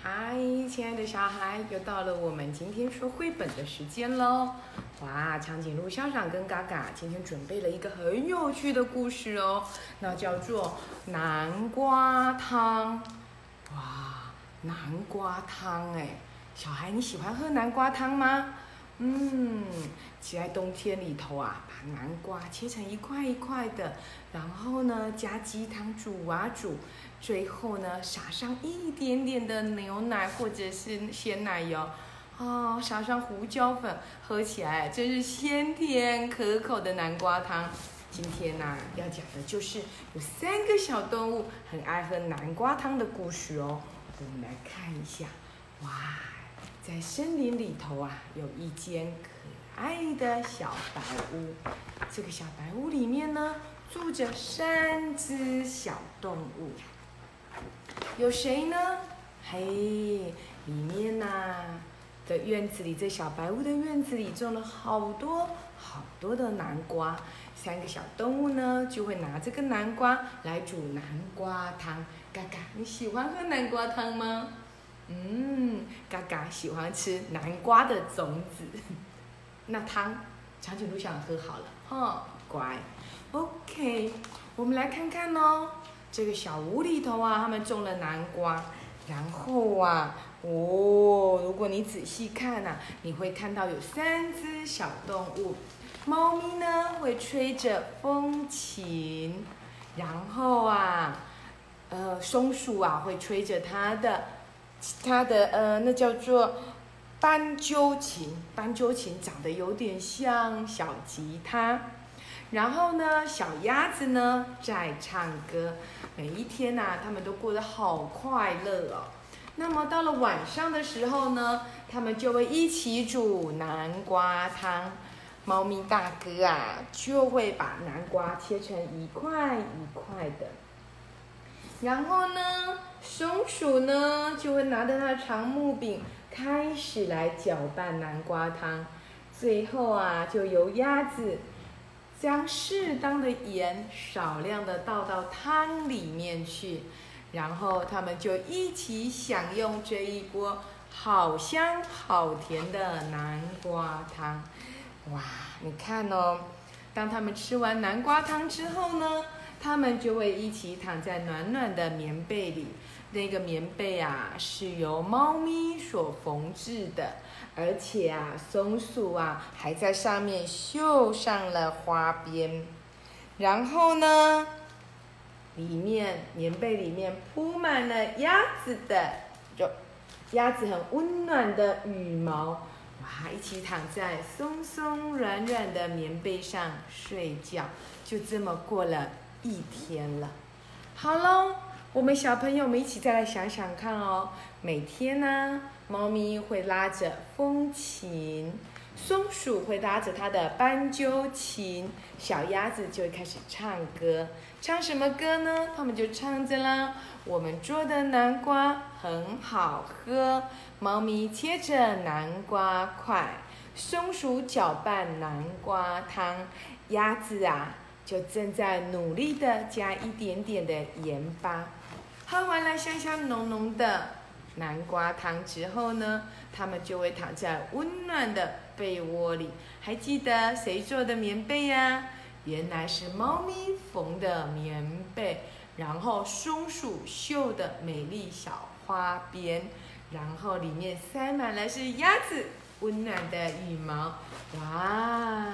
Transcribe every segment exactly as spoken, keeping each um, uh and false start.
嗨，亲爱的小孩，又到了我们今天说绘本的时间喽！哇，长颈鹿校长跟嘎嘎今天准备了一个很有趣的故事哦，那叫做南瓜汤。哇，南瓜汤哎，小孩你喜欢喝南瓜汤吗？嗯，在冬天里头啊，把南瓜切成一块一块的，然后呢加鸡汤煮啊煮，最后呢撒上一点点的牛奶或者是鲜奶油，哦，撒上胡椒粉，喝起来真是鲜甜可口的南瓜汤。今天呢、啊、要讲的就是有三个小动物很爱喝南瓜汤的故事哦。我们来看一下，哇！在森林里头啊，有一间可爱的小白屋。这个小白屋里面呢，住着三只小动物。有谁呢？嘿，里面呐、啊、的院子里，这小白屋的院子里种了好多好多的南瓜。三个小动物呢，就会拿这个南瓜来煮南瓜汤。嘎嘎，你喜欢喝南瓜汤吗？嗯，嘎嘎喜欢吃南瓜的种子。那汤，长颈鹿想喝好了，哈，乖。OK， 我们来看看哦，这个小屋里头啊，他们种了南瓜，然后啊，哦，如果你仔细看啊，你会看到有三只小动物。猫咪呢会吹着风琴，然后啊，呃，松鼠啊会吹着它的。它的呃，那叫做斑鸠琴，斑鸠琴长得有点像小吉他。然后呢，小鸭子呢在唱歌，每一天呐、啊，它们都过得好快乐哦。那么到了晚上的时候呢，它们就会一起煮南瓜汤。猫咪大哥啊，就会把南瓜切成一块一块的。然后呢，松鼠呢就会拿着它的长木柄开始来搅拌南瓜汤，最后啊，就由鸭子将适当的盐少量的倒到汤里面去，然后他们就一起享用这一锅好香好甜的南瓜汤。哇，你看哦，当他们吃完南瓜汤之后呢，他们就会一起躺在暖暖的棉被里。那个棉被啊，是由猫咪所缝制的，而且啊，松鼠啊还在上面绣上了花边。然后呢，里面棉被里面铺满了鸭子的，就鸭子很温暖的羽毛。哇，一起躺在松松软软的棉被上睡觉，就这么过了一天了。好喽，我们小朋友们一起再来想想看哦。每天呢，猫咪会拉着风琴，松鼠会拉着它的斑鸠琴，小鸭子就会开始唱歌。唱什么歌呢？他们就唱着啦。我们做的南瓜很好喝，猫咪切着南瓜块，松鼠搅拌南瓜汤，鸭子啊就正在努力的加一点点的盐巴。喝完了香香浓浓的南瓜汤之后呢，它们就会躺在温暖的被窝里。还记得谁做的棉被呀？原来是猫咪缝的棉被，然后松鼠绣的美丽小花边，然后里面塞满了是鸭子温暖的羽毛。哇，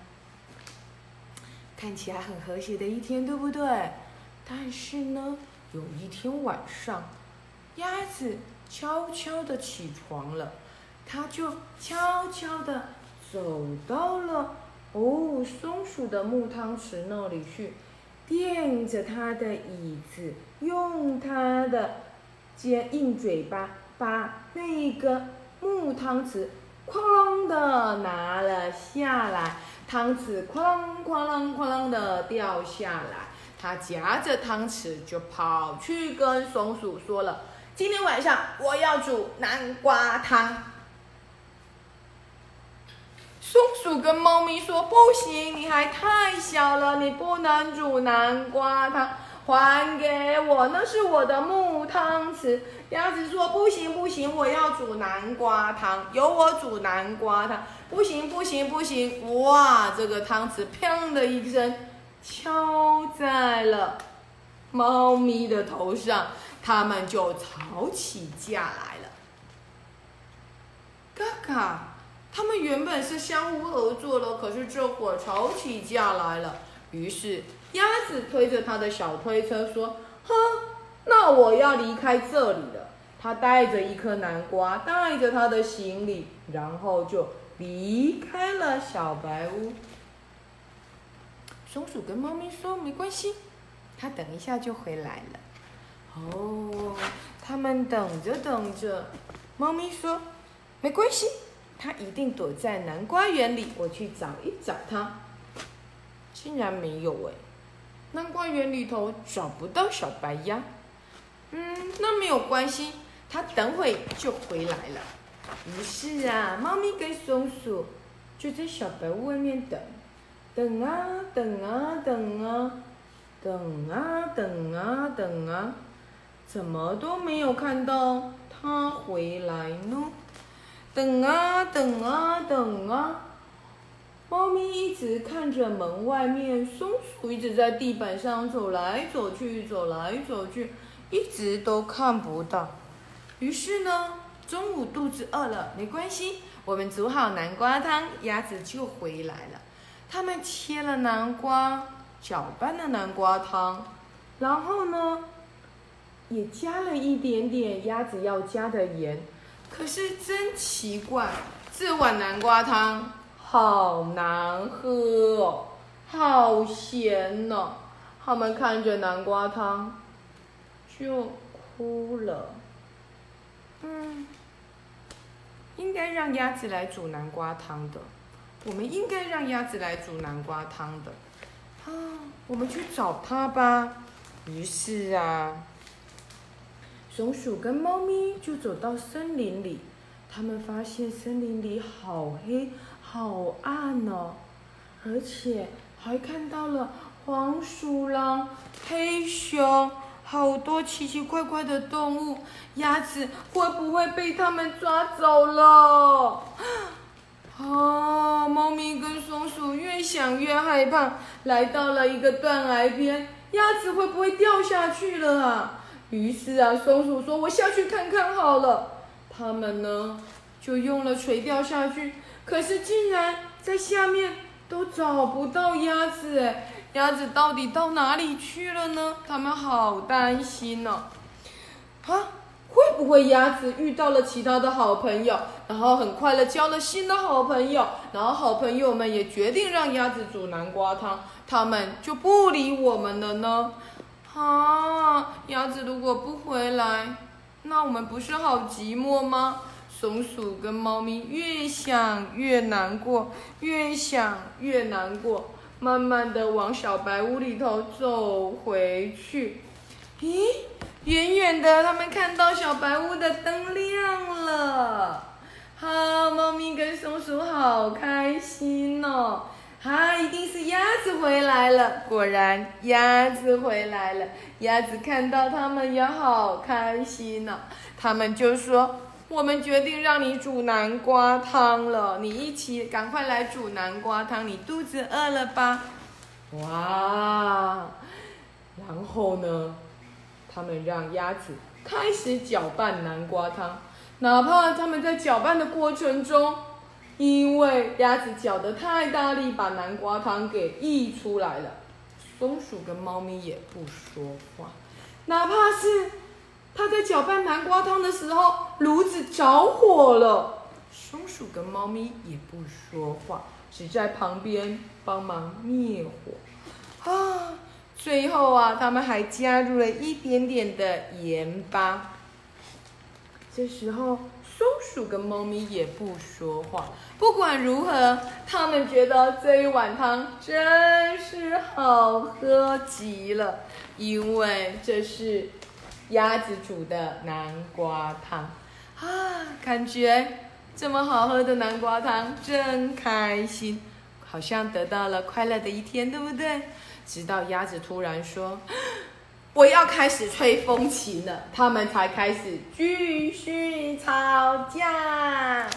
看起来很和谐的一天，对不对？但是呢，有一天晚上，鸭子悄悄地起床了，它就悄悄地走到了哦松鼠的木汤匙那里去，垫着它的椅子，用它的尖硬嘴巴把那个木汤匙哐啷的拿了下来，汤匙哐啷哐啷哐啷的掉下来。他夹着汤匙就跑去跟松鼠说了：“今天晚上我要煮南瓜汤。”松鼠跟猫咪说：“不行，你还太小了，你不能煮南瓜汤。 还给我，那是我的木汤匙。鸭子说：不行不行，我要煮南瓜汤，由我煮南瓜汤。不行不行不行！哇，这个汤匙砰的一声敲在了猫咪的头上，他们就吵起架来了。嘎嘎，他们原本是相互合作了，可是这会儿吵起架来了。于是鸭子推着他的小推车说：哼，那我要离开这里了。他带着一颗南瓜，带着他的行李，然后就离开了小白屋。松鼠跟猫咪说：没关系，他等一下就回来了。哦，他们等着等着，猫咪说：没关系，他一定躲在南瓜园里，我去找一找他。竟然没有哎，南瓜园里头找不到小白鸭。嗯，那没有关系，他等会就回来了。于是啊，猫咪跟松鼠就在小白屋外面等，等啊等啊等啊，等啊等啊等啊，怎么都没有看到他回来呢？等啊等啊等啊，猫咪一直看着门外面，松鼠一直在地板上走来走去，走来走去，一直都看不到。于是呢，中午肚子饿了，没关系，我们煮好南瓜汤，鸭子就回来了。他们切了南瓜，搅拌了南瓜汤，然后呢，也加了一点点鸭子要加的盐。可是真奇怪，这碗南瓜汤好难喝哦，好咸哦。他们看着南瓜汤就哭了。嗯，应该让鸭子来煮南瓜汤的。我们应该让鸭子来煮南瓜汤的。啊，我们去找它吧。于是啊，松鼠跟猫咪就走到森林里，他们发现森林里好黑好暗哦，而且还看到了黄鼠狼、黑熊，好多奇奇怪怪的动物。鸭子会不会被他们抓走了？哦，猫咪跟松鼠越想越害怕，来到了一个断崖边，鸭子会不会掉下去了啊？于是啊，松鼠说：我下去看看好了。他们呢，就用了垂钓下去，可是竟然在下面都找不到鸭子哎，鸭子到底到哪里去了呢？他们好担心哦。啊，会不会鸭子遇到了其他的好朋友，然后很快的交了新的好朋友，然后好朋友们也决定让鸭子煮南瓜汤，他们就不理我们了呢？啊，鸭子如果不回来，那我们不是好寂寞吗？松鼠跟猫咪越想越难过，越想越难过，慢慢的往小白屋里头走回去。咦，远远的他们看到小白屋的灯亮了，好，猫咪跟松鼠好开心哦。啊，一定是鸭子回来了！果然，鸭子回来了。鸭子看到他们也好开心呢、啊。他们就说：“我们决定让你煮南瓜汤了，你一起赶快来煮南瓜汤。你肚子饿了吧？”哇！然后呢，他们让鸭子开始搅拌南瓜汤，哪怕他们在搅拌的过程中，因为鸭子搅得太大力，把南瓜汤给溢出来了。松鼠跟猫咪也不说话，哪怕是它在搅拌南瓜汤的时候，炉子着火了，松鼠跟猫咪也不说话，只在旁边帮忙灭火。啊，最后啊，他们还加入了一点点的盐巴。这时候，松鼠跟猫咪也不说话。不管如何，他们觉得这一碗汤真是好喝极了，因为这是鸭子煮的南瓜汤啊！感觉这么好喝的南瓜汤，真开心，好像得到了快乐的一天，对不对？直到鸭子突然说：“ 我要开始吹风琴了，他们才开始继续吵架。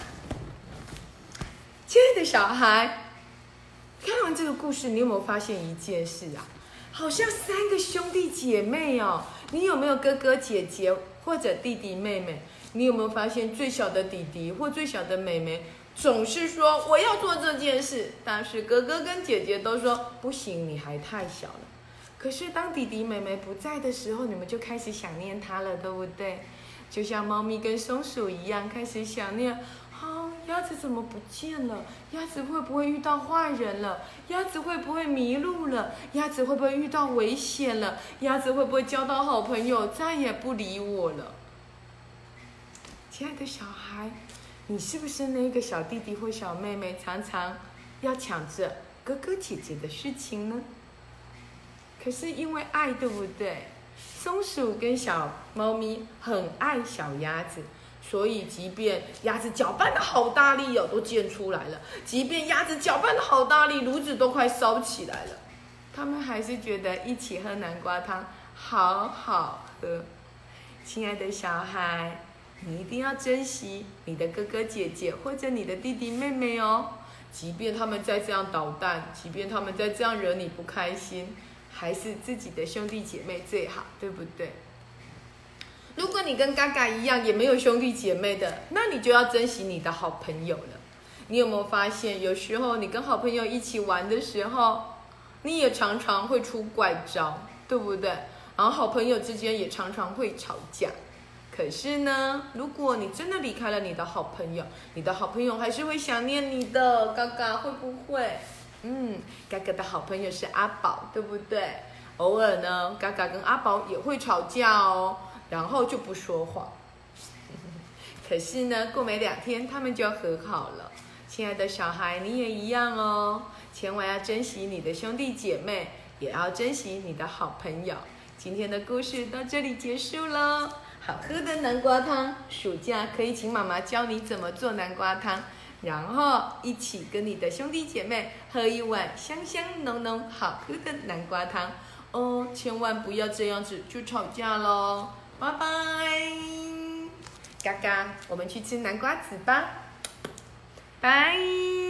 亲爱的小孩，看完这个故事，你有没有发现一件事啊？好像三个兄弟姐妹哦，你有没有哥哥姐姐或者弟弟妹妹？你有没有发现最小的弟弟或最小的妹妹总是说我要做这件事，但是哥哥跟姐姐都说不行，你还太小了。可是当弟弟妹妹不在的时候，你们就开始想念他了，对不对？就像猫咪跟松鼠一样，开始想念。哦，鸭子怎么不见了？鸭子会不会遇到坏人了？鸭子会不会迷路了？鸭子会不会遇到危险了？鸭子会不会交到好朋友，再也不理我了？亲爱的小孩，你是不是那个小弟弟或小妹妹，常常要抢着哥哥姐姐的事情呢？可是因为爱，对不对？松鼠跟小猫咪很爱小鸭子。所以，即便鸭子搅拌的好大力哦，都溅出来了；即便鸭子搅拌的好大力，炉子都快烧起来了，他们还是觉得一起喝南瓜汤好好喝。亲爱的小孩，你一定要珍惜你的哥哥姐姐或者你的弟弟妹妹哦。即便他们再这样捣蛋，即便他们再这样惹你不开心，还是自己的兄弟姐妹最好，对不对？如果你跟嘎嘎一样也没有兄弟姐妹的，那你就要珍惜你的好朋友了。你有没有发现，有时候你跟好朋友一起玩的时候，你也常常会出怪招，对不对？然后好朋友之间也常常会吵架。可是呢，如果你真的离开了你的好朋友，你的好朋友还是会想念你的。嘎嘎会不会？嗯，嘎嘎的好朋友是阿宝，对不对？偶尔呢，嘎嘎跟阿宝也会吵架哦。然后就不说话，可是呢，过没两天他们就和好了。亲爱的小孩，你也一样哦，千万要珍惜你的兄弟姐妹，也要珍惜你的好朋友。今天的故事到这里结束了。好喝的南瓜汤，暑假可以请妈妈教你怎么做南瓜汤，然后一起跟你的兄弟姐妹喝一碗香香浓浓好喝的南瓜汤哦，千万不要这样子就吵架咯。拜拜，嘎嘎，我们去吃南瓜子吧，拜。